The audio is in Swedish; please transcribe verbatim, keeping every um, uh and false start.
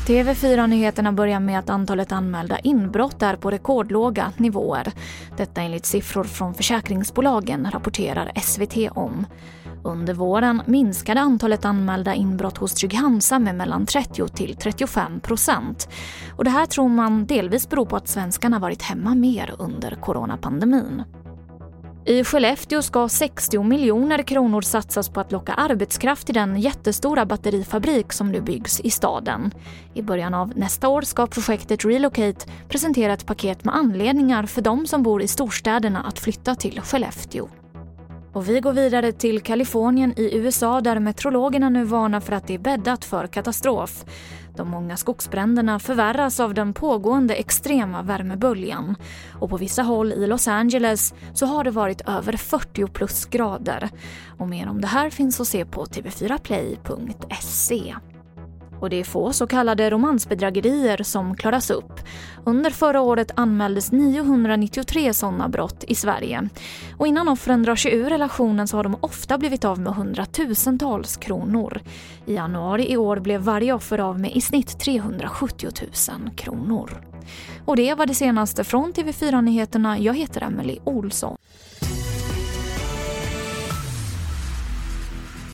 T V fyra-nyheterna börjar med att antalet anmälda inbrott är på rekordlåga nivåer. Detta enligt siffror från försäkringsbolagen, rapporterar S V T om. Under våren minskade antalet anmälda inbrott hos Trygg-Hansa med mellan trettio till trettiofem procent. Och det här tror man delvis beror på att svenskarna varit hemma mer under coronapandemin. I Skellefteå ska sextio miljoner kronor satsas på att locka arbetskraft till den jättestora batterifabrik som nu byggs i staden. I början av nästa år ska projektet Relocate presentera ett paket med anledningar för de som bor i storstäderna att flytta till Skellefteå. Och vi går vidare till Kalifornien i U S A där meteorologerna nu varnar för att det är bäddat för katastrof. De många skogsbränderna förvärras av den pågående extrema värmeböljan. Och på vissa håll i Los Angeles så har det varit över fyrtio plus grader. Och mer om det här finns att se på t v fyra play punkt se. Och det är få så kallade romansbedrägerier som klaras upp. Under förra året anmäldes niohundranittiotre sådana brott i Sverige. Och innan offren drar sig ur relationen så har de ofta blivit av med hundratusentals kronor. I januari i år blev varje offer av med i snitt trehundrasjuttiotusen kronor. Och det var det senaste från T V fyra-nyheterna. Jag heter Emily Olsson.